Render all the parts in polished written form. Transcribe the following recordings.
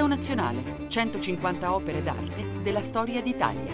Nazionale, 150 opere d'arte della storia d'Italia.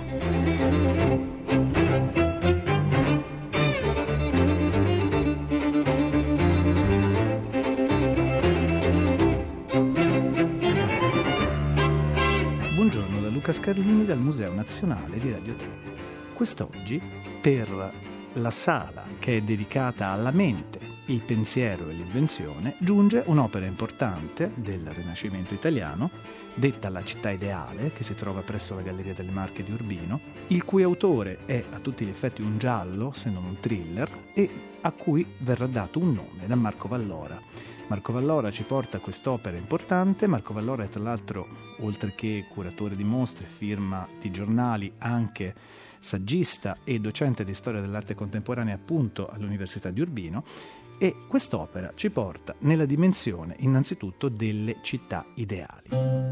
Buongiorno da Luca Scarlini dal Museo Nazionale di Radio 3. Quest'oggi, per la sala che è dedicata alla mente, il pensiero e l'invenzione, giunge un'opera importante del Rinascimento italiano, detta La città ideale, che si trova presso la Galleria delle Marche di Urbino, il cui autore è a tutti gli effetti un giallo, se non un thriller, e a cui verrà dato un nome da Marco Vallora. Marco Vallora ci porta quest'opera importante. Marco Vallora è tra l'altro, oltre che curatore di mostre, firma di giornali, anche saggista e docente di storia dell'arte contemporanea appunto all'Università di Urbino, e quest'opera ci porta nella dimensione innanzitutto delle città ideali.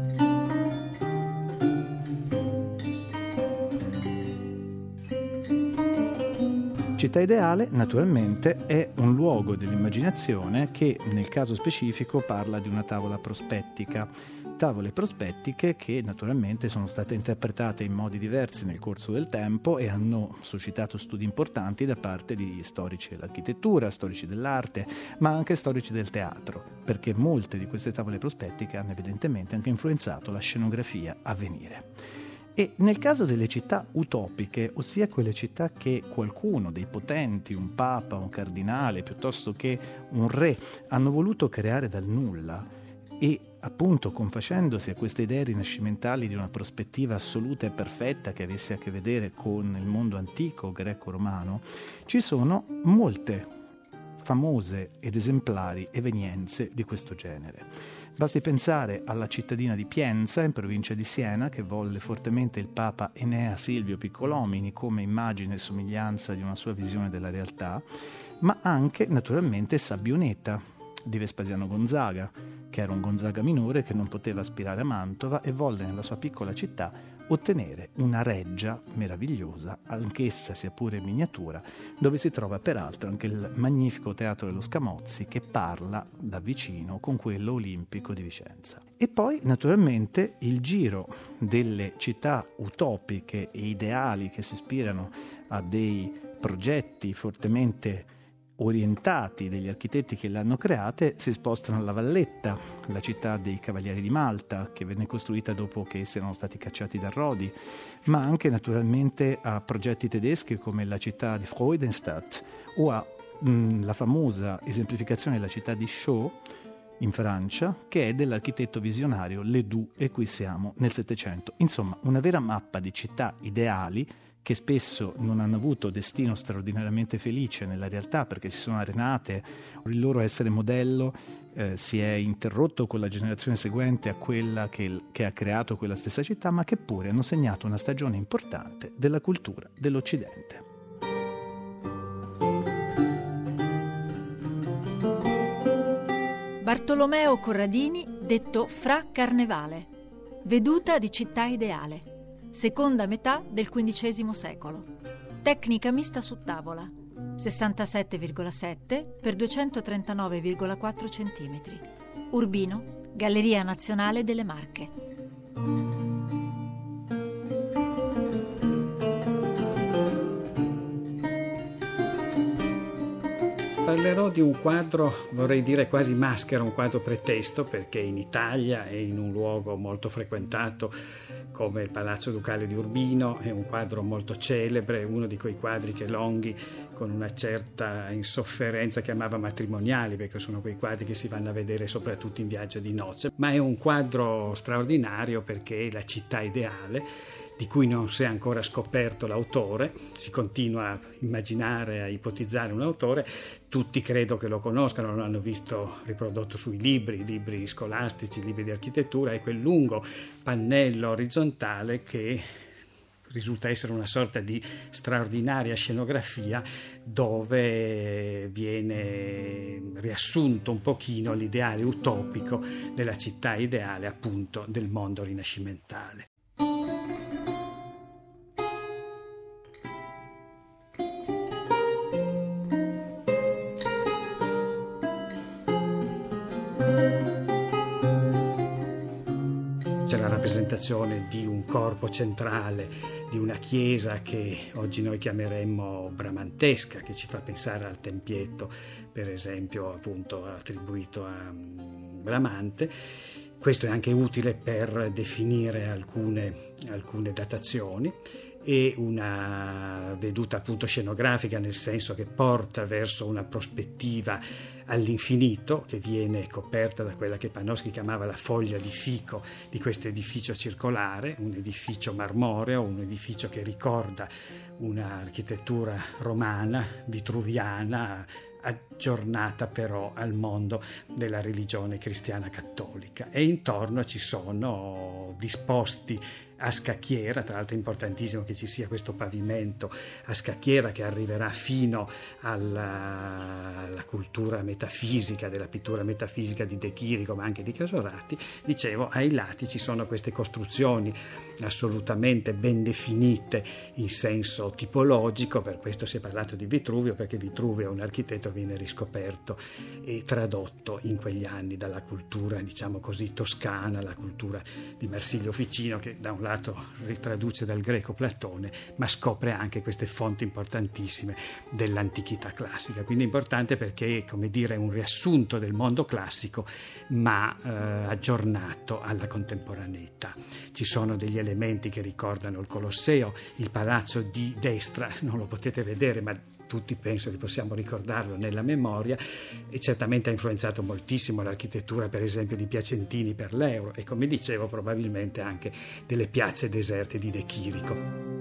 Città ideale, naturalmente, è un luogo dell'immaginazione che, nel caso specifico, parla di una tavola prospettica. Tavole prospettiche che, naturalmente, sono state interpretate in modi diversi nel corso del tempo e hanno suscitato studi importanti da parte di storici dell'architettura, storici dell'arte, ma anche storici del teatro, perché molte di queste tavole prospettiche hanno evidentemente anche influenzato la scenografia a venire. E nel caso delle città utopiche, ossia quelle città che qualcuno dei potenti, un papa, un cardinale, piuttosto che un re, hanno voluto creare dal nulla e appunto confacendosi a queste idee rinascimentali di una prospettiva assoluta e perfetta che avesse a che vedere con il mondo antico greco-romano, ci sono molte famose ed esemplari evenienze di questo genere. Basti pensare alla cittadina di Pienza, in provincia di Siena, che volle fortemente il Papa Enea Silvio Piccolomini come immagine e somiglianza di una sua visione della realtà, ma anche naturalmente Sabbioneta di Vespasiano Gonzaga, che era un Gonzaga minore che non poteva aspirare a Mantova e volle nella sua piccola città ottenere una reggia meravigliosa, anch'essa sia pure in miniatura, dove si trova peraltro anche il magnifico Teatro dello Scamozzi che parla da vicino con quello olimpico di Vicenza. E poi naturalmente il giro delle città utopiche e ideali che si ispirano a dei progetti fortemente orientati degli architetti che le hanno create si spostano alla Valletta, la città dei Cavalieri di Malta, che venne costruita dopo che essi erano stati cacciati da Rodi, ma anche naturalmente a progetti tedeschi come la città di Freudenstadt o a la famosa esemplificazione della città di Chaux in Francia, che è dell'architetto visionario Ledoux, e qui siamo nel Settecento. Insomma, una vera mappa di città ideali che spesso non hanno avuto destino straordinariamente felice nella realtà perché si sono arenate, il loro essere modello si è interrotto con la generazione seguente a quella che ha creato quella stessa città, ma che pure hanno segnato una stagione importante della cultura dell'Occidente. Bartolomeo Corradini, detto Fra Carnevale, veduta di città ideale. Seconda metà del XV secolo. Tecnica mista su tavola, 67,7 x 239,4 cm. Urbino, Galleria Nazionale delle Marche. Parlerò di un quadro, vorrei dire quasi maschera, un quadro pretesto, perché in Italia e in un luogo molto frequentato come il Palazzo Ducale di Urbino è un quadro molto celebre, uno di quei quadri che Longhi con una certa insofferenza chiamava matrimoniali, perché sono quei quadri che si vanno a vedere soprattutto in viaggio di nozze, ma è un quadro straordinario perché è la città ideale di cui non si è ancora scoperto l'autore, si continua a immaginare, a ipotizzare un autore, tutti credo che lo conoscano, lo hanno visto riprodotto sui libri scolastici, libri di architettura, è quel lungo pannello orizzontale che risulta essere una sorta di straordinaria scenografia dove viene riassunto un pochino l'ideale utopico della città ideale, appunto, del mondo rinascimentale. rappresentazione di un corpo centrale, di una chiesa che oggi noi chiameremmo bramantesca, che ci fa pensare al tempietto, per esempio, appunto attribuito a Bramante. Questo è anche utile per definire alcune datazioni, e una veduta appunto scenografica, nel senso che porta verso una prospettiva all'infinito, che viene coperta da quella che Panofsky chiamava la foglia di fico di questo edificio circolare, un edificio marmoreo, un edificio che ricorda un'architettura romana, vitruviana, aggiornata però al mondo della religione cristiana cattolica, e intorno ci sono disposti a scacchiera. Tra l'altro è importantissimo che ci sia questo pavimento a scacchiera che arriverà fino alla cultura metafisica, della pittura metafisica di De Chirico, ma anche di Casorati. Dicevo, ai lati ci sono queste costruzioni assolutamente ben definite in senso tipologico. Per questo si è parlato di Vitruvio, perché Vitruvio è un architetto che viene riscoperto e tradotto in quegli anni dalla cultura, diciamo così, toscana, la cultura di Marsilio Ficino, che da un lato ritraduce dal greco Platone, ma scopre anche queste fonti importantissime dell'antichità classica. Quindi è importante perché è, come dire, un riassunto del mondo classico, ma aggiornato alla contemporaneità. Ci sono degli elementi che ricordano il Colosseo, il palazzo di destra, non lo potete vedere, ma tutti penso che possiamo ricordarlo nella memoria, e certamente ha influenzato moltissimo l'architettura, per esempio, di Piacentini per l'Euro, e come dicevo probabilmente anche delle piazze deserte di De Chirico.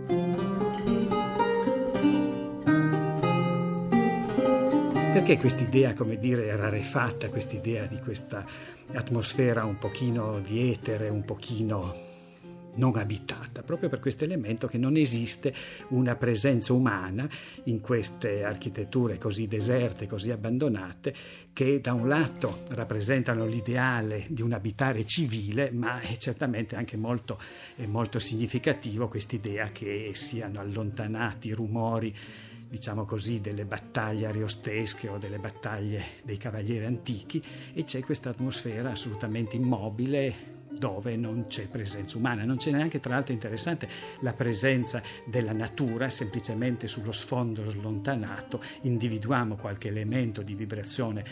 Perché quest'idea, come dire, rarefatta, quest'idea di questa atmosfera un pochino di etere, un pochino non abitata? Proprio per questo elemento che non esiste una presenza umana in queste architetture così deserte, così abbandonate, che da un lato rappresentano l'ideale di un abitare civile, ma è certamente anche molto significativo quest'idea che siano allontanati i rumori, diciamo così, delle battaglie ariostesche o delle battaglie dei cavalieri antichi, e c'è questa atmosfera assolutamente immobile dove non c'è presenza umana. Non c'è neanche, tra l'altro interessante, la presenza della natura. Semplicemente sullo sfondo slontanato individuiamo qualche elemento di vibrazione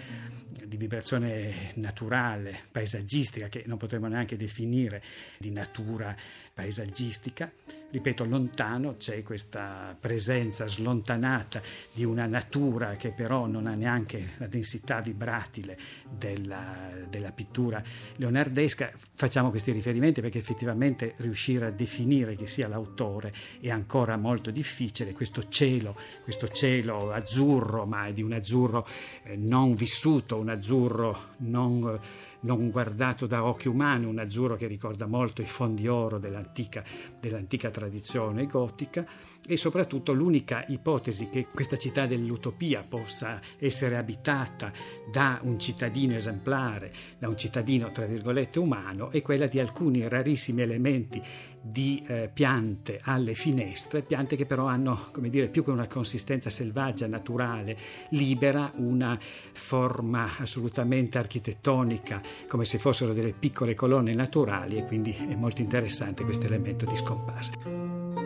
naturale, paesaggistica, che non potremmo neanche definire di natura paesaggistica. Ripeto, lontano c'è questa presenza slontanata di una natura che però non ha neanche la densità vibratile della pittura leonardesca. Facciamo questi riferimenti perché effettivamente riuscire a definire chi sia l'autore è ancora molto difficile. Questo cielo azzurro, ma è di un azzurro non vissuto, un azzurro non guardato da occhi umani, un azzurro che ricorda molto i fondi oro dell'antica tradizione gotica, e soprattutto l'unica ipotesi che questa città dell'utopia possa essere abitata da un cittadino esemplare, da un cittadino tra virgolette umano, è quella di alcuni rarissimi elementi di piante alle finestre, piante che però hanno, come dire, più che una consistenza selvaggia, naturale, libera, una forma assolutamente architettonica, come se fossero delle piccole colonne naturali, e quindi è molto interessante questo elemento di scomparsa.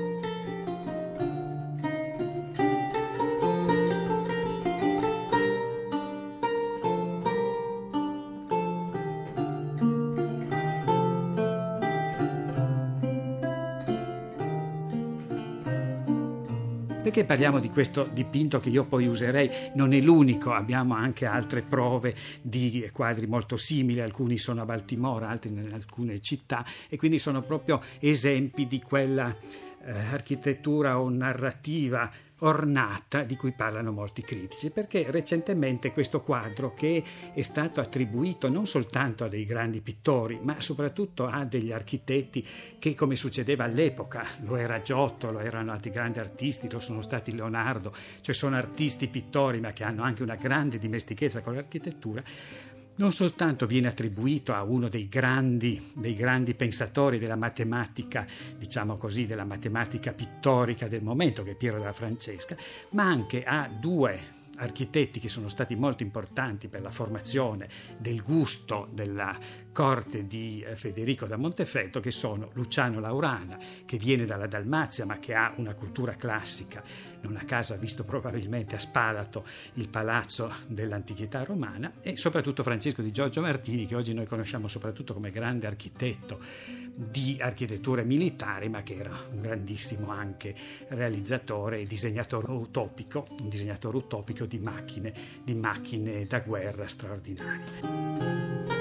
Perché parliamo di questo dipinto che io poi userei? Non è l'unico, abbiamo anche altre prove di quadri molto simili, alcuni sono a Baltimora, altri in alcune città, e quindi sono proprio esempi di quella architettura o narrativa ornata di cui parlano molti critici, perché recentemente questo quadro, che è stato attribuito non soltanto a dei grandi pittori ma soprattutto a degli architetti che, come succedeva all'epoca, lo era Giotto, lo erano altri grandi artisti, lo sono stati Leonardo, cioè sono artisti pittori ma che hanno anche una grande dimestichezza con l'architettura, non soltanto viene attribuito a uno dei grandi pensatori della matematica, diciamo così, della matematica pittorica del momento, che è Piero della Francesca, ma anche a due architetti che sono stati molto importanti per la formazione del gusto della corte di Federico da Montefeltro, che sono Luciano Laurana, che viene dalla Dalmazia ma che ha una cultura classica. Non a caso ha visto probabilmente a Spalato il palazzo dell'antichità romana, e soprattutto Francesco di Giorgio Martini, che oggi noi conosciamo soprattutto come grande architetto di architetture militari, ma che era un grandissimo anche realizzatore e disegnatore utopico, un disegnatore utopico di macchine da guerra straordinarie.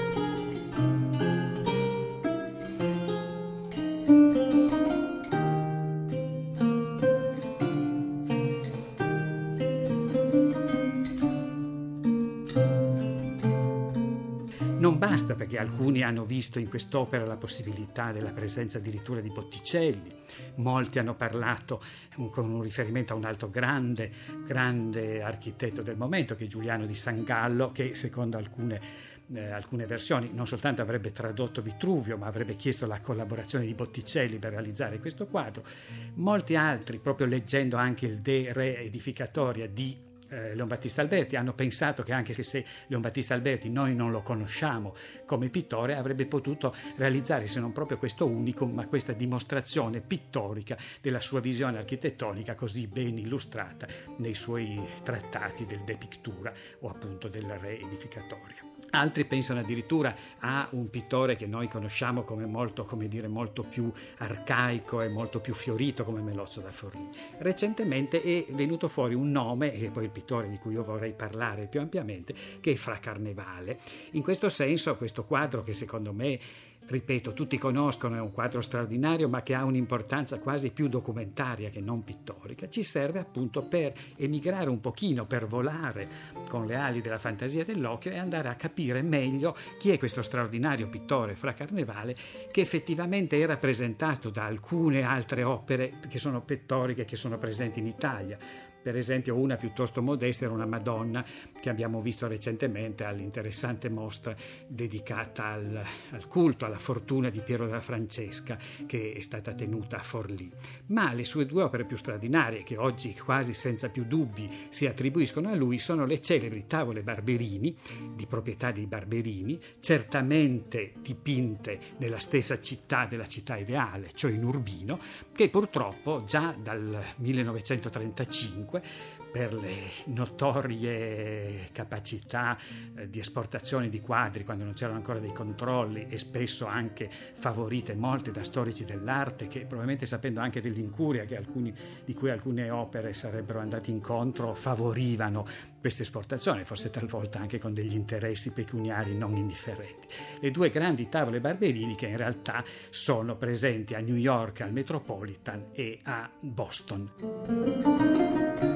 Non basta, perché alcuni hanno visto in quest'opera la possibilità della presenza addirittura di Botticelli, molti hanno parlato con un riferimento a un altro grande architetto del momento, che è Giuliano di San Gallo, che secondo alcune versioni non soltanto avrebbe tradotto Vitruvio, ma avrebbe chiesto la collaborazione di Botticelli per realizzare questo quadro. Molti altri, proprio leggendo anche il De Re Edificatoria di Leon Battista Alberti, hanno pensato che anche se Leon Battista Alberti noi non lo conosciamo come pittore, avrebbe potuto realizzare, se non proprio questo unicum, ma questa dimostrazione pittorica della sua visione architettonica così ben illustrata nei suoi trattati del De Pictura o appunto del Re Edificatoria. Altri pensano addirittura a un pittore che noi conosciamo come molto più arcaico e molto più fiorito, come Melozzo da Forlì. Recentemente è venuto fuori un nome, che è poi il pittore di cui io vorrei parlare più ampiamente, che è Fra Carnevale. In questo senso, questo quadro, che secondo me, ripeto, tutti conoscono, è un quadro straordinario, ma che ha un'importanza quasi più documentaria che non pittorica, ci serve appunto per emigrare un pochino, per volare con le ali della fantasia dell'occhio e andare a capire meglio chi è questo straordinario pittore Fra Carnevale, che effettivamente è rappresentato da alcune altre opere che sono pittoriche, che sono presenti in Italia. Per esempio, una piuttosto modesta era una Madonna che abbiamo visto recentemente all'interessante mostra dedicata al culto, alla fortuna di Piero della Francesca, che è stata tenuta a Forlì. Ma le sue due opere più straordinarie, che oggi quasi senza più dubbi si attribuiscono a lui, sono le celebri Tavole Barberini, di proprietà dei Barberini, certamente dipinte nella stessa città della città ideale, cioè in Urbino, che purtroppo già dal 1935, per le notorie capacità di esportazione di quadri, quando non c'erano ancora dei controlli, e spesso anche favorite molte da storici dell'arte, che probabilmente, sapendo anche dell'incuria di cui alcune opere sarebbero andate incontro, favorivano questa esportazione, forse talvolta anche con degli interessi pecuniari non indifferenti. Le due grandi tavole Barberini, che in realtà sono presenti a New York, al Metropolitan, e a Boston.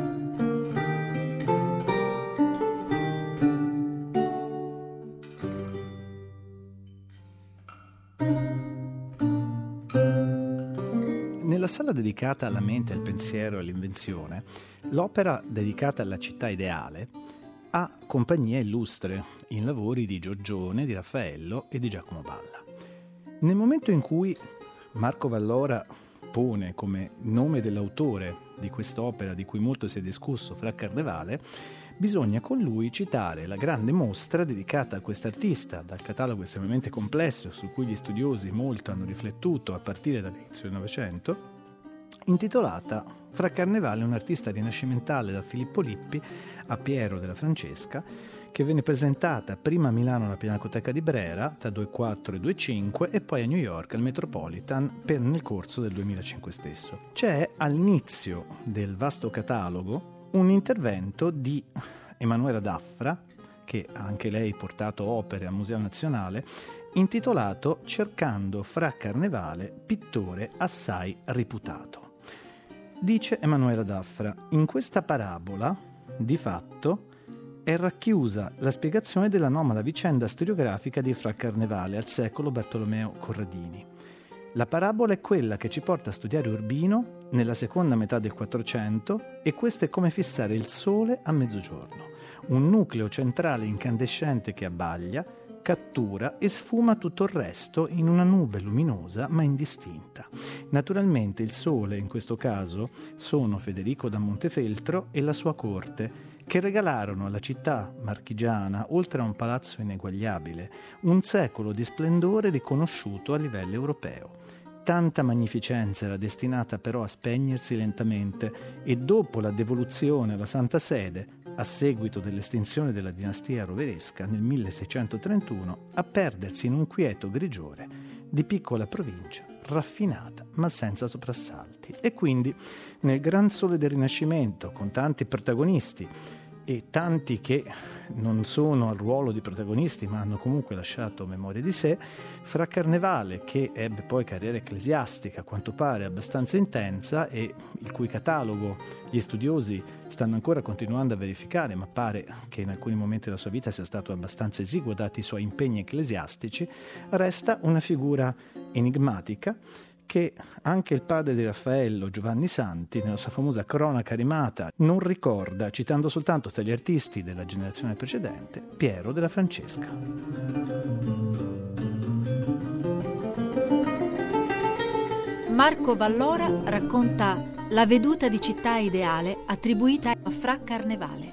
Nella sala dedicata alla mente, al pensiero e all'invenzione, l'opera dedicata alla città ideale ha compagnia illustre in lavori di Giorgione, di Raffaello e di Giacomo Balla. Nel momento in cui Marco Vallora pone come nome dell'autore di quest'opera, di cui molto si è discusso, Fra Carnevale, bisogna con lui citare la grande mostra dedicata a quest'artista, dal catalogo estremamente complesso su cui gli studiosi molto hanno riflettuto a partire dall'inizio del Novecento, intitolata Fra Carnevale, un artista rinascimentale, da Filippo Lippi a Piero della Francesca, che venne presentata prima a Milano alla Pinacoteca di Brera tra 2.4 e 2.5 e poi a New York al Metropolitan nel corso del 2005 stesso. C'è all'inizio del vasto catalogo un intervento di Emanuela Daffra, che ha anche lei portato opere al Museo Nazionale, intitolato Cercando Fra Carnevale, pittore assai reputato. Dice Emanuela Daffra: in questa parabola, di fatto, è racchiusa la spiegazione dell'anomala vicenda storiografica di Fra Carnevale al secolo Bartolomeo Corradini. La parabola è quella che ci porta a studiare Urbino nella seconda metà del Quattrocento, e questo è come fissare il sole a mezzogiorno, un nucleo centrale incandescente che abbaglia, cattura e sfuma tutto il resto in una nube luminosa ma indistinta. Naturalmente il sole in questo caso sono Federico da Montefeltro e la sua corte, che regalarono alla città marchigiana, oltre a un palazzo ineguagliabile, un secolo di splendore riconosciuto a livello europeo. Tanta magnificenza era destinata però a spegnersi lentamente e dopo la devoluzione alla Santa Sede, a seguito dell'estinzione della dinastia roveresca nel 1631, a perdersi in un quieto grigiore di piccola provincia, raffinata ma senza soprassalti. E quindi nel gran sole del Rinascimento, con tanti protagonisti e tanti che non sono al ruolo di protagonisti ma hanno comunque lasciato memoria di sé, Fra Carnevale, che ebbe poi carriera ecclesiastica a quanto pare abbastanza intensa e il cui catalogo gli studiosi stanno ancora continuando a verificare, ma pare che in alcuni momenti della sua vita sia stato abbastanza esiguo dati i suoi impegni ecclesiastici, resta una figura enigmatica che anche il padre di Raffaello, Giovanni Santi, nella sua famosa cronaca rimata, non ricorda, citando soltanto tra gli artisti della generazione precedente, Piero della Francesca. Marco Vallora racconta la veduta di Città Ideale attribuita a Fra Carnevale.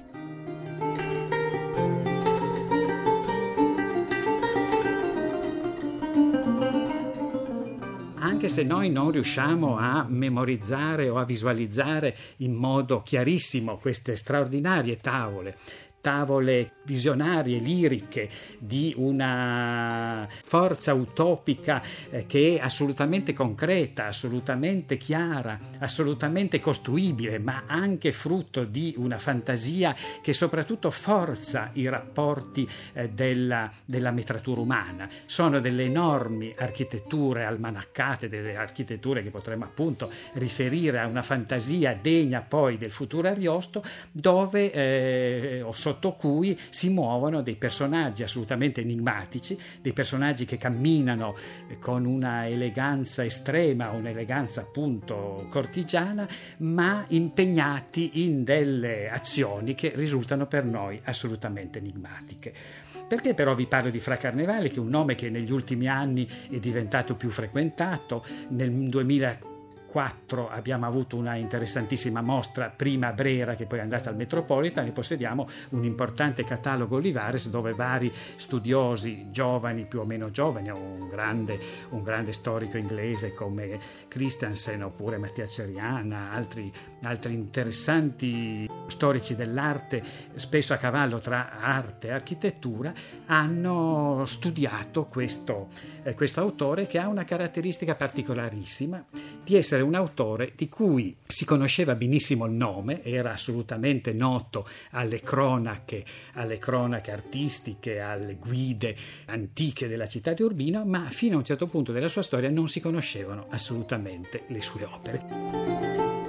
Anche se noi non riusciamo a memorizzare o a visualizzare in modo chiarissimo queste straordinarie tavole visionarie, liriche, di una forza utopica che è assolutamente concreta, assolutamente chiara, assolutamente costruibile, ma anche frutto di una fantasia che soprattutto forza i rapporti della metratura umana. Sono delle enormi architetture almanaccate, delle architetture che potremmo appunto riferire a una fantasia degna poi del futuro Ariosto, dove o sotto cui si muovono dei personaggi assolutamente enigmatici, dei personaggi che camminano con una eleganza estrema, un'eleganza appunto cortigiana, ma impegnati in delle azioni che risultano per noi assolutamente enigmatiche. Perché però vi parlo di Fra Carnevale, che è un nome che negli ultimi anni è diventato più frequentato? Nel 2004 abbiamo avuto una interessantissima mostra, prima a Brera che poi è andata al Metropolitan, e possediamo un importante catalogo Olivares dove vari studiosi giovani, più o meno giovani, un grande storico inglese come Christensen oppure Mattia Ceriana, altri interessanti storici dell'arte, spesso a cavallo tra arte e architettura, hanno studiato questo autore, che ha una caratteristica particolarissima di essere un autore di cui si conosceva benissimo il nome, era assolutamente noto alle cronache artistiche, alle guide antiche della città di Urbino, ma fino a un certo punto della sua storia non si conoscevano assolutamente le sue opere.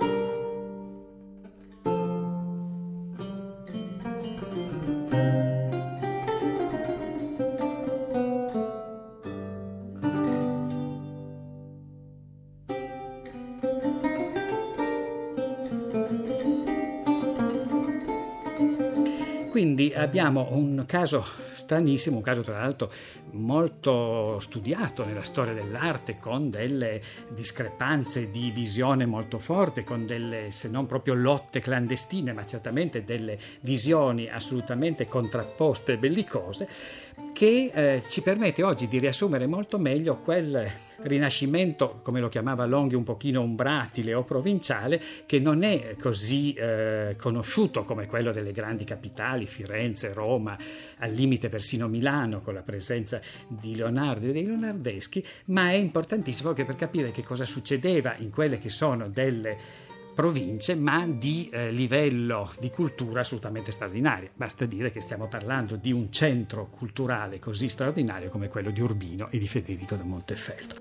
Quindi abbiamo un caso stranissimo, un caso tra l'altro molto studiato nella storia dell'arte, con delle discrepanze di visione molto forti, con delle, se non proprio lotte clandestine, ma certamente delle visioni assolutamente contrapposte e bellicose, che ci permette oggi di riassumere molto meglio quel rinascimento, come lo chiamava Longhi, un pochino umbratile o provinciale, che non è così conosciuto come quello delle grandi capitali, Firenze, Roma, al limite persino Milano, con la presenza di Leonardo e dei leonardeschi, ma è importantissimo anche per capire che cosa succedeva in quelle che sono delle province, ma di livello di cultura assolutamente straordinario. Basta dire che stiamo parlando di un centro culturale così straordinario come quello di Urbino e di Federico da Montefeltro.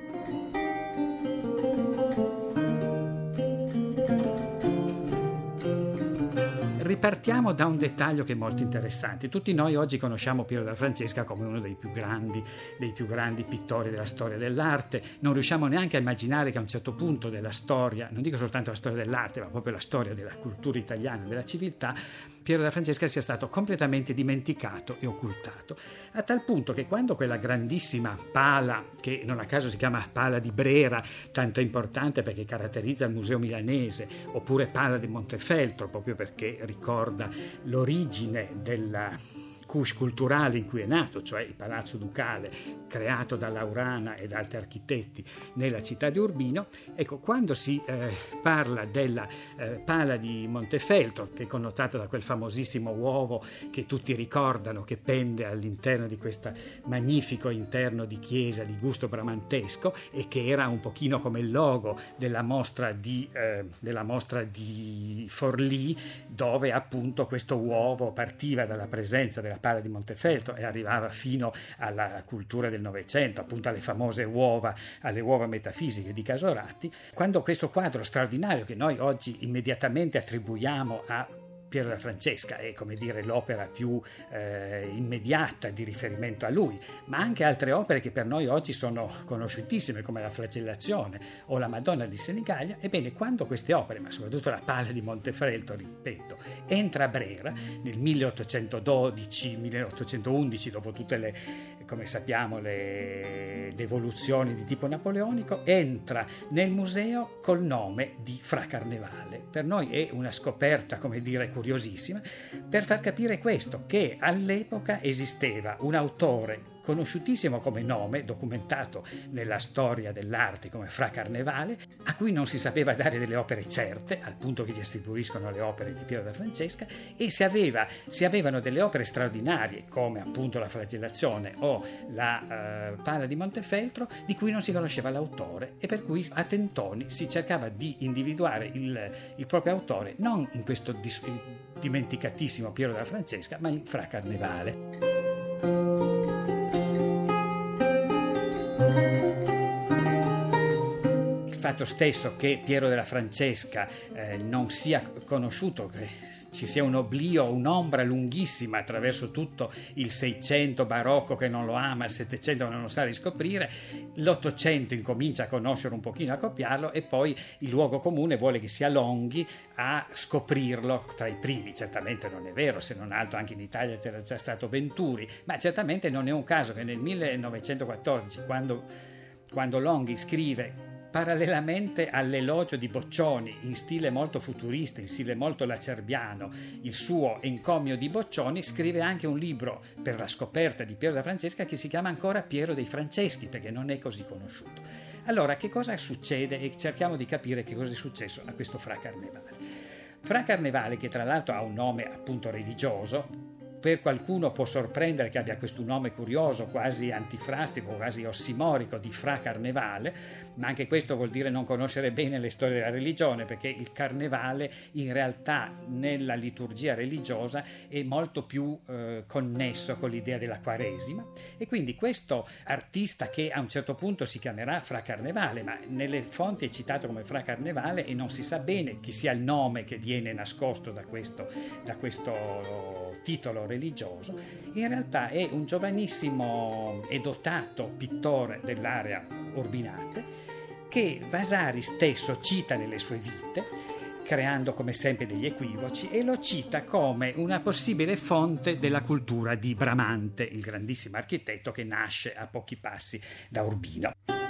Ripartiamo da un dettaglio che è molto interessante. Tutti noi oggi conosciamo Piero della Francesca come uno dei più grandi pittori della storia dell'arte. Non riusciamo neanche a immaginare che a un certo punto della storia, non dico soltanto la storia dell'arte, ma proprio la storia della cultura italiana, della civiltà, Piero della Francesca sia stato completamente dimenticato e occultato, a tal punto che quando quella grandissima pala, che non a caso si chiama Pala di Brera, tanto importante perché caratterizza il Museo Milanese, oppure Pala di Montefeltro, proprio perché ricorda l'origine della couche culturale in cui è nato, cioè il Palazzo Ducale, creato da Laurana ed altri architetti nella città di Urbino. Ecco, quando si parla della Pala di Montefeltro, che è connotata da quel famosissimo uovo che tutti ricordano, che pende all'interno di questo magnifico interno di chiesa di gusto bramantesco e che era un pochino come il logo della mostra di Forlì, dove appunto questo uovo partiva dalla presenza della Pala di Montefeltro e arrivava fino alla cultura del Novecento, appunto alle famose uova, alle uova metafisiche di Casorati. Quando questo quadro straordinario, che noi oggi immediatamente attribuiamo a Piero della Francesca, è come dire l'opera più immediata di riferimento a lui, ma anche altre opere che per noi oggi sono conosciutissime come la Flagellazione o la Madonna di Senigallia. Ebbene, quando queste opere, ma soprattutto la Pala di Montefeltro, ripeto, entra a Brera nel 1812-1811, dopo tutte le, come sappiamo, le devoluzioni di tipo napoleonico, entra nel museo col nome di Fra Carnevale. Per noi è una scoperta, come dire, curiosissima, per far capire questo, che all'epoca esisteva un autore conosciutissimo come nome, documentato nella storia dell'arte come Fra Carnevale, a cui non si sapeva dare delle opere certe, al punto che gli attribuiscono le opere di Piero della Francesca, e si avevano delle opere straordinarie come appunto la Flagellazione o la Pala di Montefeltro, di cui non si conosceva l'autore, e per cui a tentoni si cercava di individuare il proprio autore non in questo dimenticatissimo Piero della Francesca, ma in Fra Carnevale. Il fatto stesso che Piero della Francesca non sia conosciuto, che ci sia un oblio, un'ombra lunghissima attraverso tutto il Seicento barocco che non lo ama, il Settecento non lo sa riscoprire, l'Ottocento incomincia a conoscere un pochino, a copiarlo, e poi il luogo comune vuole che si allunghi a scoprirlo tra i primi. Certamente non è vero, se non altro anche in Italia c'era già stato Venturi, ma certamente non è un caso che nel 1914, quando Longhi scrive parallelamente all'elogio di Boccioni in stile molto futurista, in stile molto lacerbiano, il suo Encomio di Boccioni, scrive anche un libro per la scoperta di Piero della Francesca che si chiama ancora Piero dei Franceschi, perché non è così conosciuto. Allora, che cosa succede? E cerchiamo di capire che cosa è successo a questo Fra Carnevale. Fra Carnevale, che tra l'altro ha un nome appunto religioso, per qualcuno può sorprendere che abbia questo nome curioso, quasi antifrastico, quasi ossimorico, di Fra Carnevale, ma anche questo vuol dire non conoscere bene le storie della religione, perché il carnevale in realtà nella liturgia religiosa è molto più connesso con l'idea della Quaresima, e quindi questo artista, che a un certo punto si chiamerà Fra Carnevale, ma nelle fonti è citato come Fra Carnevale e non si sa bene chi sia il nome che viene nascosto da questo titolo religioso, in realtà è un giovanissimo e dotato pittore dell'area urbinate che Vasari stesso cita nelle sue vite, creando come sempre degli equivoci, e lo cita come una possibile fonte della cultura di Bramante, il grandissimo architetto che nasce a pochi passi da Urbino.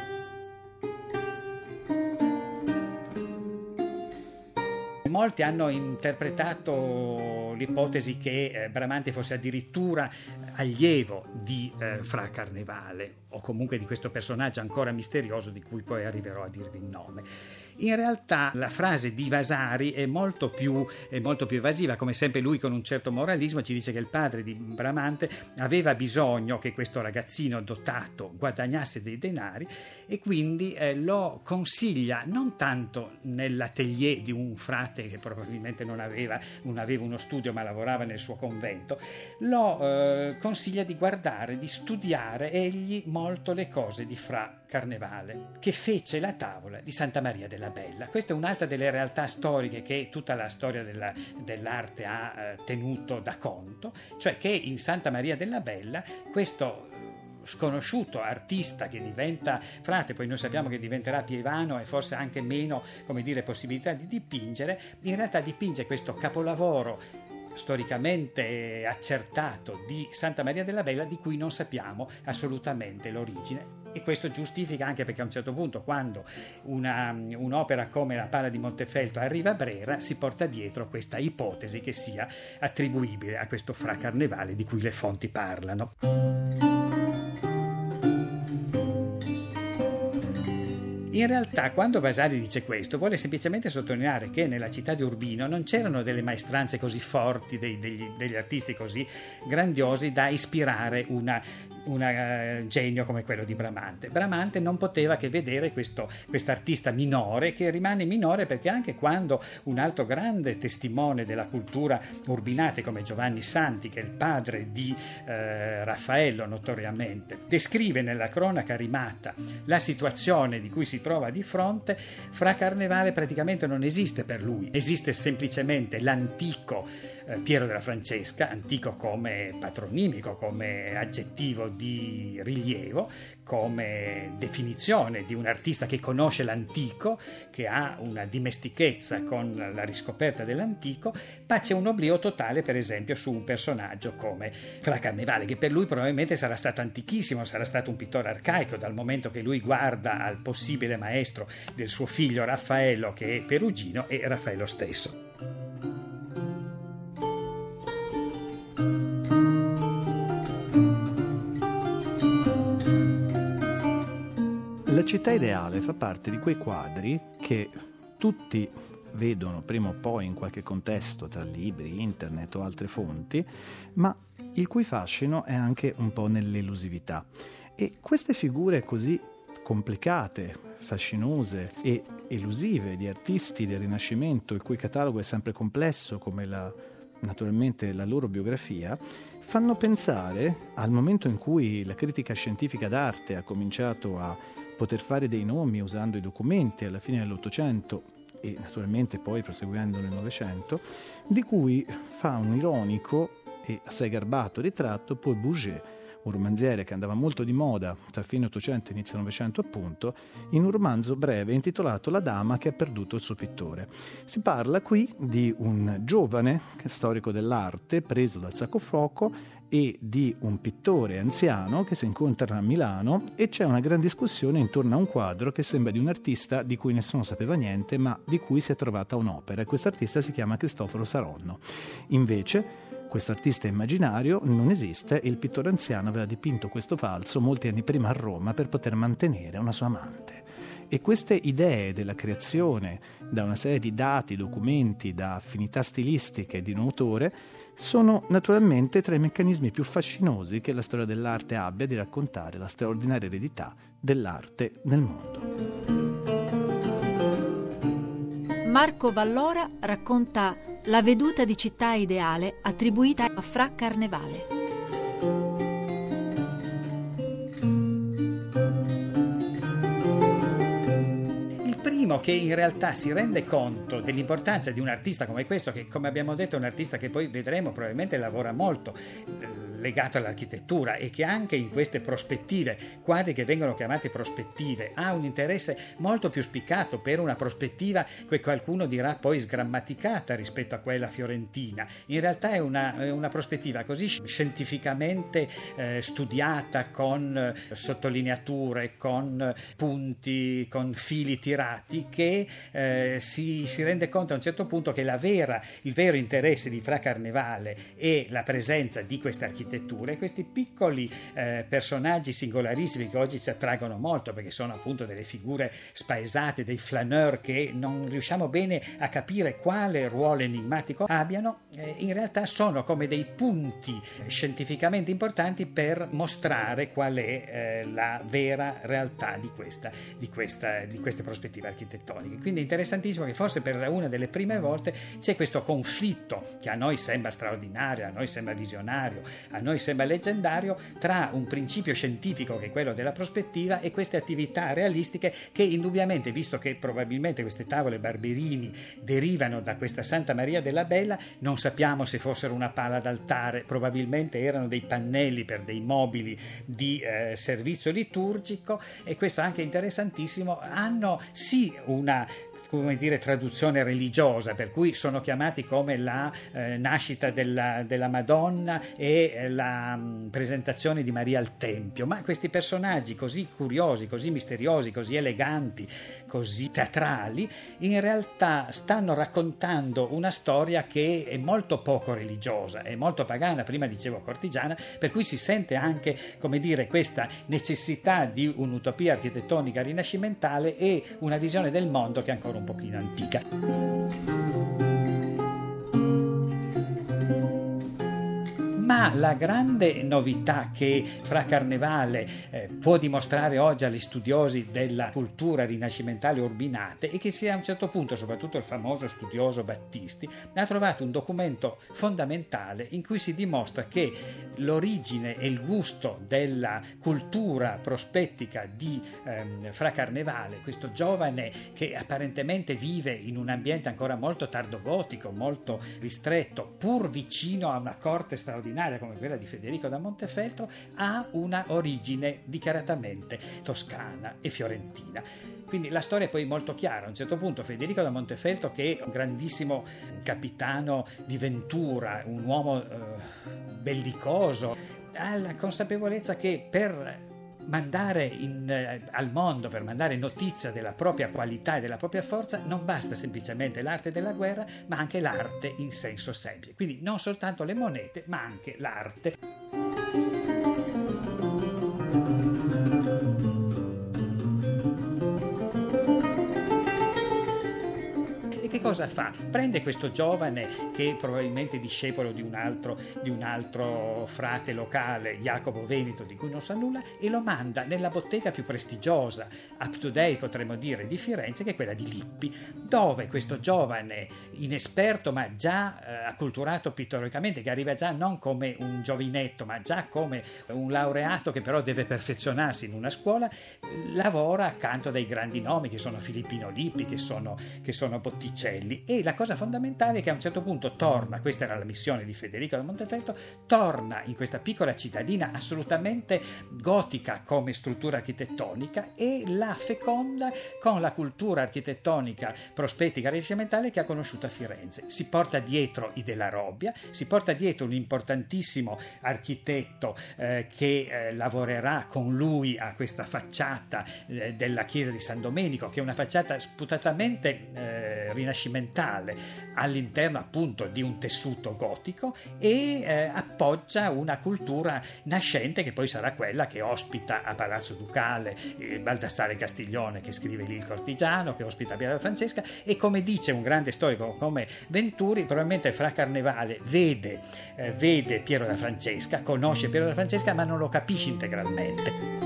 Molti hanno interpretato l'ipotesi che Bramante fosse addirittura allievo di Fra Carnevale, o comunque di questo personaggio ancora misterioso di cui poi arriverò a dirvi il nome. In realtà la frase di Vasari è molto più evasiva, come sempre lui con un certo moralismo ci dice che il padre di Bramante aveva bisogno che questo ragazzino dotato guadagnasse dei denari, e quindi lo consiglia non tanto nell'atelier di un frate che probabilmente non aveva uno studio ma lavorava nel suo convento, lo consiglia di guardare, di studiare egli molto le cose di Fra Carnevale, che fece la tavola di Santa Maria della Bella. Questa è un'altra delle realtà storiche che tutta la storia dell'arte ha tenuto da conto, cioè che in Santa Maria della Bella questo sconosciuto artista che diventa frate, poi noi sappiamo che diventerà pievano e forse anche meno, come dire, possibilità di dipingere, in realtà dipinge questo capolavoro storicamente accertato di Santa Maria della Bella, di cui non sappiamo assolutamente l'origine. E questo giustifica anche perché a un certo punto, quando un'opera come la Pala di Montefeltro arriva a Brera, si porta dietro questa ipotesi che sia attribuibile a questo Fra Carnevale di cui le fonti parlano. In realtà, quando Vasari dice questo, vuole semplicemente sottolineare che nella città di Urbino non c'erano delle maestranze così forti, degli artisti così grandiosi da ispirare un genio come quello di Bramante. Bramante non poteva che vedere quest'artista minore, che rimane minore perché anche quando un altro grande testimone della cultura urbinate come Giovanni Santi, che è il padre di Raffaello notoriamente, descrive nella cronaca rimata la situazione di cui si trova di fronte, Fra Carnevale praticamente non esiste per lui, esiste semplicemente l'antico Piero della Francesca, antico come patronimico, come aggettivo di rilievo, come definizione di un artista che conosce l'antico, che ha una dimestichezza con la riscoperta dell'antico, ma c'è un oblio totale per esempio su un personaggio come Fra Carnevale, che per lui probabilmente sarà stato antichissimo, sarà stato un pittore arcaico, dal momento che lui guarda al possibile maestro del suo figlio Raffaello, che è perugino, e Raffaello stesso. La città ideale fa parte di quei quadri che tutti vedono prima o poi in qualche contesto tra libri, internet o altre fonti, ma il cui fascino è anche un po' nell'elusività. E queste figure così complicate, fascinose e elusive di artisti del Rinascimento, il cui catalogo è sempre complesso come naturalmente la loro biografia, fanno pensare al momento in cui la critica scientifica d'arte ha cominciato a poter fare dei nomi usando i documenti alla fine dell'Ottocento e naturalmente poi proseguendo nel Novecento, di cui fa un ironico e assai garbato ritratto Paul Bourget, un romanziere che andava molto di moda tra fine Ottocento e inizio Novecento appunto, in un romanzo breve intitolato La dama che ha perduto il suo pittore. Si parla qui di un giovane storico dell'arte preso dal sacco fuoco e di un pittore anziano che si incontrano a Milano, e c'è una gran discussione intorno a un quadro che sembra di un artista di cui nessuno sapeva niente, ma di cui si è trovata un'opera, e questo artista si chiama Cristoforo Saronno. Invece questo artista immaginario non esiste e il pittore anziano aveva dipinto questo falso molti anni prima a Roma per poter mantenere una sua amante. E queste idee della creazione da una serie di dati, documenti, da affinità stilistiche di un autore sono naturalmente tra i meccanismi più fascinosi che la storia dell'arte abbia di raccontare la straordinaria eredità dell'arte nel mondo. Marco Vallora racconta La veduta di città ideale attribuita a Fra Carnevale. Che in realtà si rende conto dell'importanza di un artista come questo, che come abbiamo detto è un artista che poi vedremo probabilmente lavora molto legato all'architettura, e che anche in queste prospettive, quadri che vengono chiamati prospettive, ha un interesse molto più spiccato per una prospettiva che qualcuno dirà poi sgrammaticata rispetto a quella fiorentina. In realtà è una prospettiva così scientificamente studiata, con sottolineature, con punti, con fili tirati, che si rende conto a un certo punto che il vero interesse di Fra Carnevale è la presenza di queste architetture, questi piccoli personaggi singolarissimi che oggi ci attraggono molto, perché sono appunto delle figure spaesate, dei flaneur che non riusciamo bene a capire quale ruolo enigmatico abbiano. In realtà sono come dei punti scientificamente importanti per mostrare qual è la vera realtà di queste prospettive architettoniche. Quindi è interessantissimo che forse per una delle prime volte c'è questo conflitto che a noi sembra straordinario, a noi sembra visionario, a noi sembra leggendario, tra un principio scientifico che è quello della prospettiva e queste attività realistiche che indubbiamente, visto che probabilmente queste tavole Barberini derivano da questa Santa Maria della Bella, non sappiamo se fossero una pala d'altare, probabilmente erano dei pannelli per dei mobili di servizio liturgico, e questo è anche interessantissimo, hanno sì una traduzione religiosa, per cui sono chiamati come la nascita della Madonna e la presentazione di Maria al Tempio, ma questi personaggi così curiosi, così misteriosi, così eleganti, così teatrali, in realtà stanno raccontando una storia che è molto poco religiosa, è molto pagana, prima dicevo cortigiana, per cui si sente anche, questa necessità di un'utopia architettonica rinascimentale e una visione del mondo che è ancora un pochino antica. Ma la grande novità che Fra Carnevale può dimostrare oggi agli studiosi della cultura rinascimentale Urbinate è che a un certo punto, soprattutto il famoso studioso Battisti, ha trovato un documento fondamentale in cui si dimostra che l'origine e il gusto della cultura prospettica di Fra Carnevale, questo giovane che apparentemente vive in un ambiente ancora molto tardogotico, molto ristretto, pur vicino a una corte straordinaria come quella di Federico da Montefeltro, ha una origine dichiaratamente toscana e fiorentina. Quindi la storia è poi molto chiara. A un certo punto Federico da Montefeltro, che è un grandissimo capitano di ventura, un uomo bellicoso, ha la consapevolezza che per mandare al mondo, per mandare notizia della propria qualità e della propria forza, non basta semplicemente l'arte della guerra, ma anche l'arte in senso semplice. Quindi non soltanto le monete, ma anche l'arte. Che cosa fa? Prende questo giovane, che è probabilmente discepolo di un altro frate locale, Jacopo Veneto, di cui non sa nulla, e lo manda nella bottega più prestigiosa, up to date potremmo dire, di Firenze, che è quella di Lippi, dove questo giovane inesperto ma già acculturato pittoricamente, che arriva già non come un giovinetto ma già come un laureato che però deve perfezionarsi in una scuola, lavora accanto a dei grandi nomi che sono Filippino Lippi, che sono Botticelli. E la cosa fondamentale è che a un certo punto torna, questa era la missione di Federico da Montefeltro, torna in questa piccola cittadina assolutamente gotica come struttura architettonica e la feconda con la cultura architettonica prospettica rinascimentale che ha conosciuto a Firenze. Si porta dietro i Della Robbia, si porta dietro un importantissimo architetto che lavorerà con lui a questa facciata della chiesa di San Domenico, che è una facciata sputatamente rinascimentale all'interno appunto di un tessuto gotico, e appoggia una cultura nascente che poi sarà quella che ospita a Palazzo Ducale Baldassare Castiglione, che scrive lì il Cortigiano, che ospita Piero da Francesca, e come dice un grande storico come Venturi, probabilmente Fra Carnevale vede Piero da Francesca, conosce Piero da Francesca ma non lo capisce integralmente.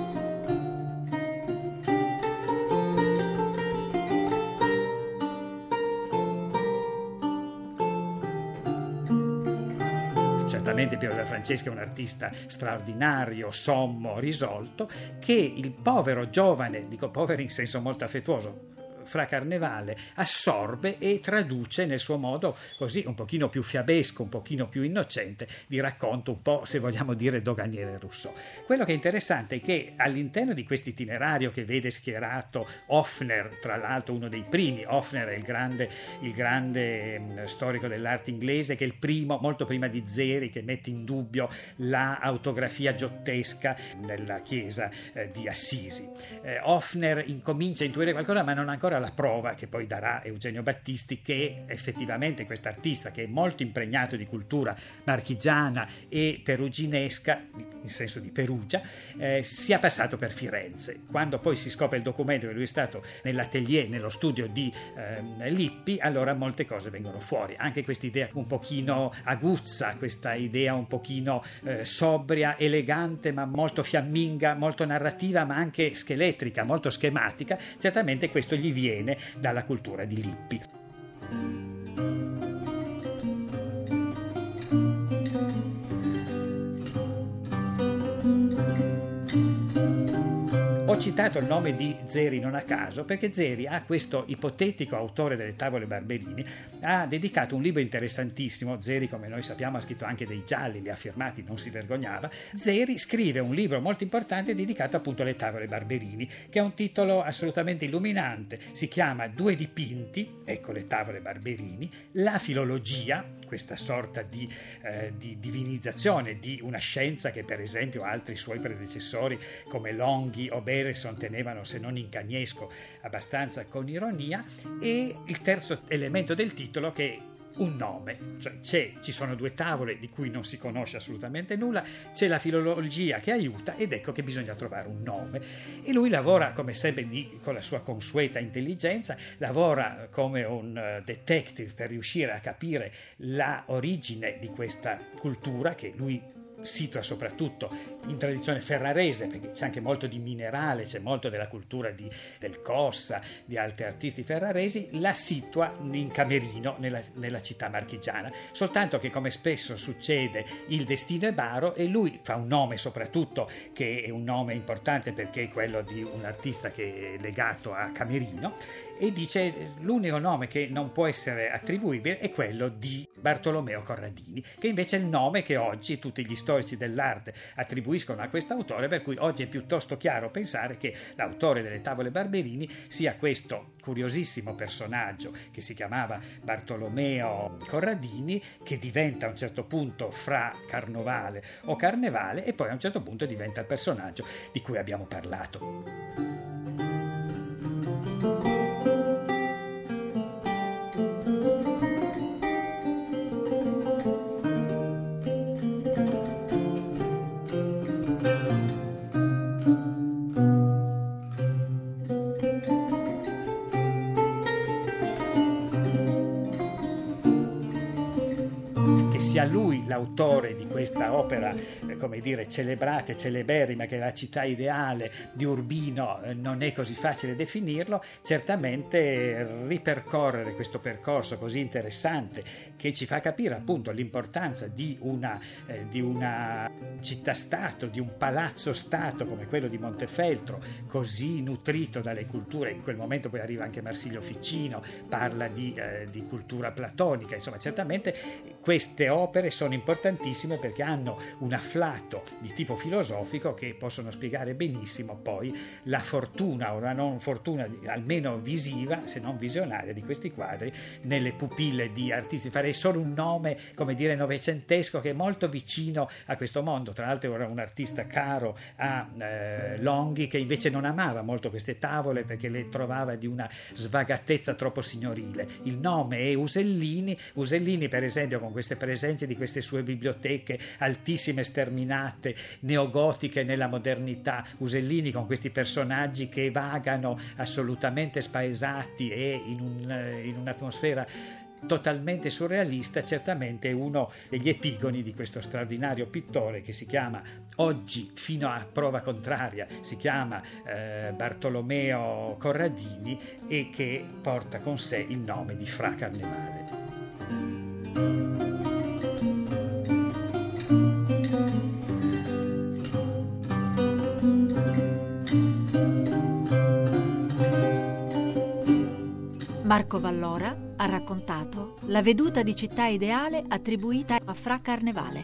Certamente Piero da Francesca è un artista straordinario, sommo, risolto, che il povero giovane, dico povero in senso molto affettuoso, Fra Carnevale assorbe e traduce nel suo modo così un pochino più fiabesco, un pochino più innocente, di racconto un po', se vogliamo dire, doganiere Rousseau. Quello che è interessante è che all'interno di questo itinerario che vede schierato Hoffner, tra l'altro uno dei primi, Hoffner è il grande storico dell'arte inglese, che è il primo, molto prima di Zeri, che mette in dubbio la autografia giottesca nella chiesa di Assisi. Hoffner incomincia a intuire qualcosa, ma non ha ancora la prova che poi darà Eugenio Battisti, che effettivamente quest'artista, che è molto impregnato di cultura marchigiana e peruginesca, in senso di Perugia, sia passato per Firenze. Quando poi si scopre il documento che lui è stato nell'atelier, nello studio di Lippi, allora molte cose vengono fuori, anche questa idea un pochino aguzza, questa idea un pochino sobria, elegante, ma molto fiamminga, molto narrativa, ma anche scheletrica, molto schematica. Certamente questo gli viene dalla cultura di Lippi. Ho citato il nome di Zeri non a caso, perché Zeri, a questo ipotetico autore delle tavole Barberini, ha dedicato un libro interessantissimo. Zeri, come noi sappiamo, ha scritto anche dei gialli, li ha firmati, non si vergognava. Zeri scrive un libro molto importante dedicato appunto alle tavole Barberini, che ha un titolo assolutamente illuminante. Si chiama Due dipinti, ecco le tavole Barberini, la filologia, questa sorta di divinizzazione di una scienza che per esempio altri suoi predecessori come Longhi o Beresson tenevano, se non in cagnesco, abbastanza con ironia. E il terzo elemento del titolo, che è un nome, cioè ci sono due tavole di cui non si conosce assolutamente nulla, c'è la filologia che aiuta ed ecco che bisogna trovare un nome. E lui lavora, come sempre, con la sua consueta intelligenza, lavora come un detective per riuscire a capire la origine di questa cultura che lui situa soprattutto in tradizione ferrarese, perché c'è anche molto di minerale, c'è molto della cultura del Cossa, di altri artisti ferraresi, la situa in Camerino, nella città marchigiana, soltanto che, come spesso succede, il destino è baro e lui fa un nome soprattutto che è un nome importante perché è quello di un artista che è legato a Camerino, e dice l'unico nome che non può essere attribuibile è quello di Bartolomeo Corradini, che invece è il nome che oggi tutti gli storici dell'arte attribuiscono a quest'autore, per cui oggi è piuttosto chiaro pensare che l'autore delle tavole Barberini sia questo curiosissimo personaggio che si chiamava Bartolomeo Corradini, che diventa a un certo punto Fra Carnovale o Carnevale e poi a un certo punto diventa il personaggio di cui abbiamo parlato. Sia lui l'autore di questa opera, come dire, celebrata e celeberrima, che è La città ideale di Urbino, non è così facile definirlo. Certamente ripercorrere questo percorso così interessante, che ci fa capire appunto l'importanza di una città-stato, di un palazzo-stato come quello di Montefeltro, così nutrito dalle culture. In quel momento poi arriva anche Marsilio Ficino, parla di cultura platonica. Insomma, certamente queste opere sono importantissime perché hanno un afflato di tipo filosofico che possono spiegare benissimo poi la fortuna o la non fortuna, almeno visiva se non visionaria, di questi quadri nelle pupille di artisti. Farei solo un nome, come dire, novecentesco, che è molto vicino a questo mondo. Tra l'altro era un artista caro a Longhi, che invece non amava molto queste tavole perché le trovava di una svagatezza troppo signorile. Il nome è Usellini per esempio, con queste presenze di queste sue biblioteche altissime, sterminate, neogotiche nella modernità. Usellini con questi personaggi che vagano assolutamente spaesati e in un'atmosfera totalmente surrealista, certamente è uno degli epigoni di questo straordinario pittore che si chiama, oggi fino a prova contraria, si chiama Bartolomeo Corradini, e che porta con sé il nome di Fra Carnevale. Marco Vallora ha raccontato La veduta di città ideale attribuita a Fra Carnevale.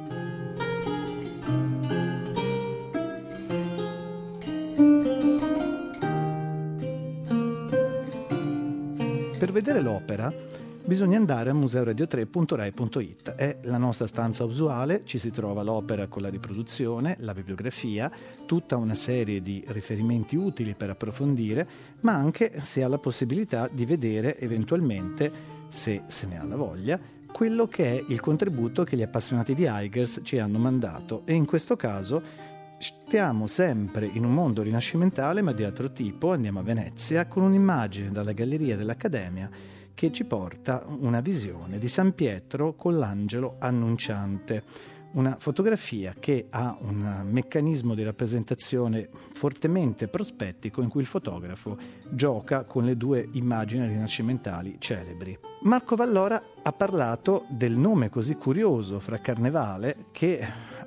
Per vedere l'opera bisogna andare a museoradio3.rai.it. È la nostra stanza usuale, ci si trova l'opera con la riproduzione, la bibliografia, tutta una serie di riferimenti utili per approfondire, ma anche se ha la possibilità di vedere eventualmente, se se ne ha la voglia, quello che è il contributo che gli appassionati di Aigers ci hanno mandato. E in questo caso stiamo sempre in un mondo rinascimentale ma di altro tipo. Andiamo a Venezia con un'immagine dalla Galleria dell'Accademia che ci porta una visione di San Pietro con l'angelo annunciante, una fotografia che ha un meccanismo di rappresentazione fortemente prospettico in cui il fotografo gioca con le due immagini rinascimentali celebri. Marco Vallora ha parlato del nome così curioso Fra Carnevale, che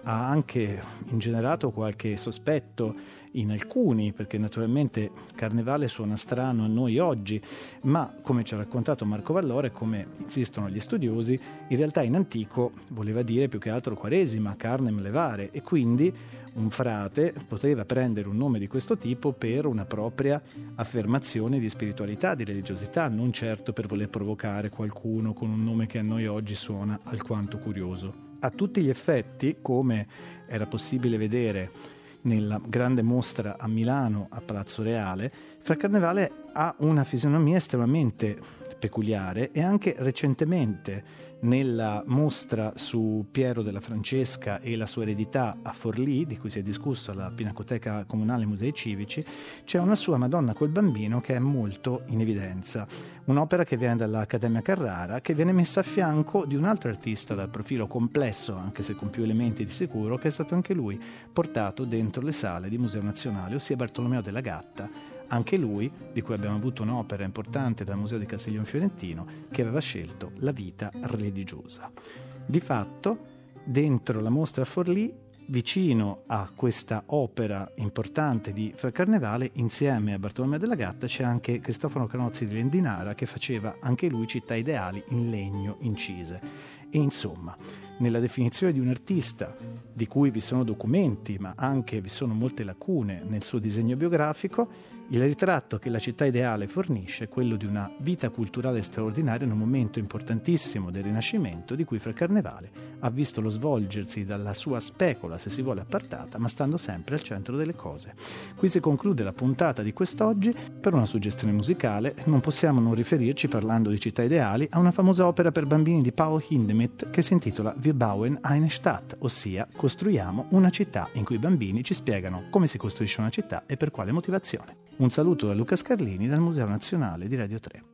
ha anche ingenerato qualche sospetto in alcuni, perché naturalmente Carnevale suona strano a noi oggi, ma come ci ha raccontato Marco Vallore, come insistono gli studiosi, in realtà in antico voleva dire più che altro Quaresima, carnem levare, e quindi un frate poteva prendere un nome di questo tipo per una propria affermazione di spiritualità, di religiosità, non certo per voler provocare qualcuno con un nome che a noi oggi suona alquanto curioso. A tutti gli effetti, come era possibile vedere nella grande mostra a Milano, a Palazzo Reale, Fra Carnevale ha una fisionomia estremamente peculiare, e anche recentemente nella mostra su Piero della Francesca e la sua eredità a Forlì, di cui si è discusso alla Pinacoteca Comunale Musei Civici, c'è una sua Madonna col Bambino che è molto in evidenza, un'opera che viene dall'Accademia Carrara, che viene messa a fianco di un altro artista dal profilo complesso, anche se con più elementi di sicuro, che è stato anche lui portato dentro le sale di Museo Nazionale, ossia Bartolomeo della Gatta, anche lui, di cui abbiamo avuto un'opera importante dal Museo di Castiglione Fiorentino, che aveva scelto la vita religiosa. Di fatto, dentro la mostra a Forlì, vicino a questa opera importante di Fra Carnevale, insieme a Bartolomeo della Gatta, c'è anche Cristoforo Canozzi di Lendinara, che faceva anche lui città ideali in legno incise. E insomma, nella definizione di un artista, di cui vi sono documenti, ma anche vi sono molte lacune nel suo disegno biografico, il ritratto che la città ideale fornisce è quello di una vita culturale straordinaria in un momento importantissimo del Rinascimento, di cui Fra Carnevale ha visto lo svolgersi dalla sua specola, se si vuole, appartata, ma stando sempre al centro delle cose. Qui si conclude la puntata di quest'oggi. Per una suggestione musicale non possiamo non riferirci, parlando di città ideali, a una famosa opera per bambini di Paul Hindemith che si intitola Wir bauen eine Stadt, ossia costruiamo una città, in cui i bambini ci spiegano come si costruisce una città e per quale motivazione. Un saluto da Luca Scarlini dal Museo Nazionale di Radio 3.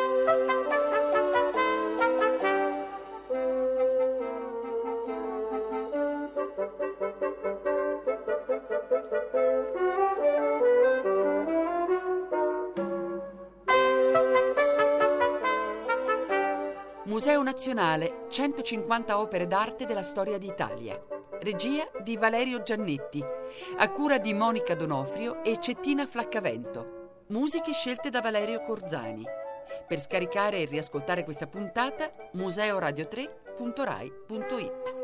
Museo Nazionale, 150 opere d'arte della storia d'Italia. Regia di Valerio Giannetti, a cura di Monica Donofrio e Cettina Flaccavento. Musiche scelte da Valerio Corzani. Per scaricare e riascoltare questa puntata, museoradio3.rai.it.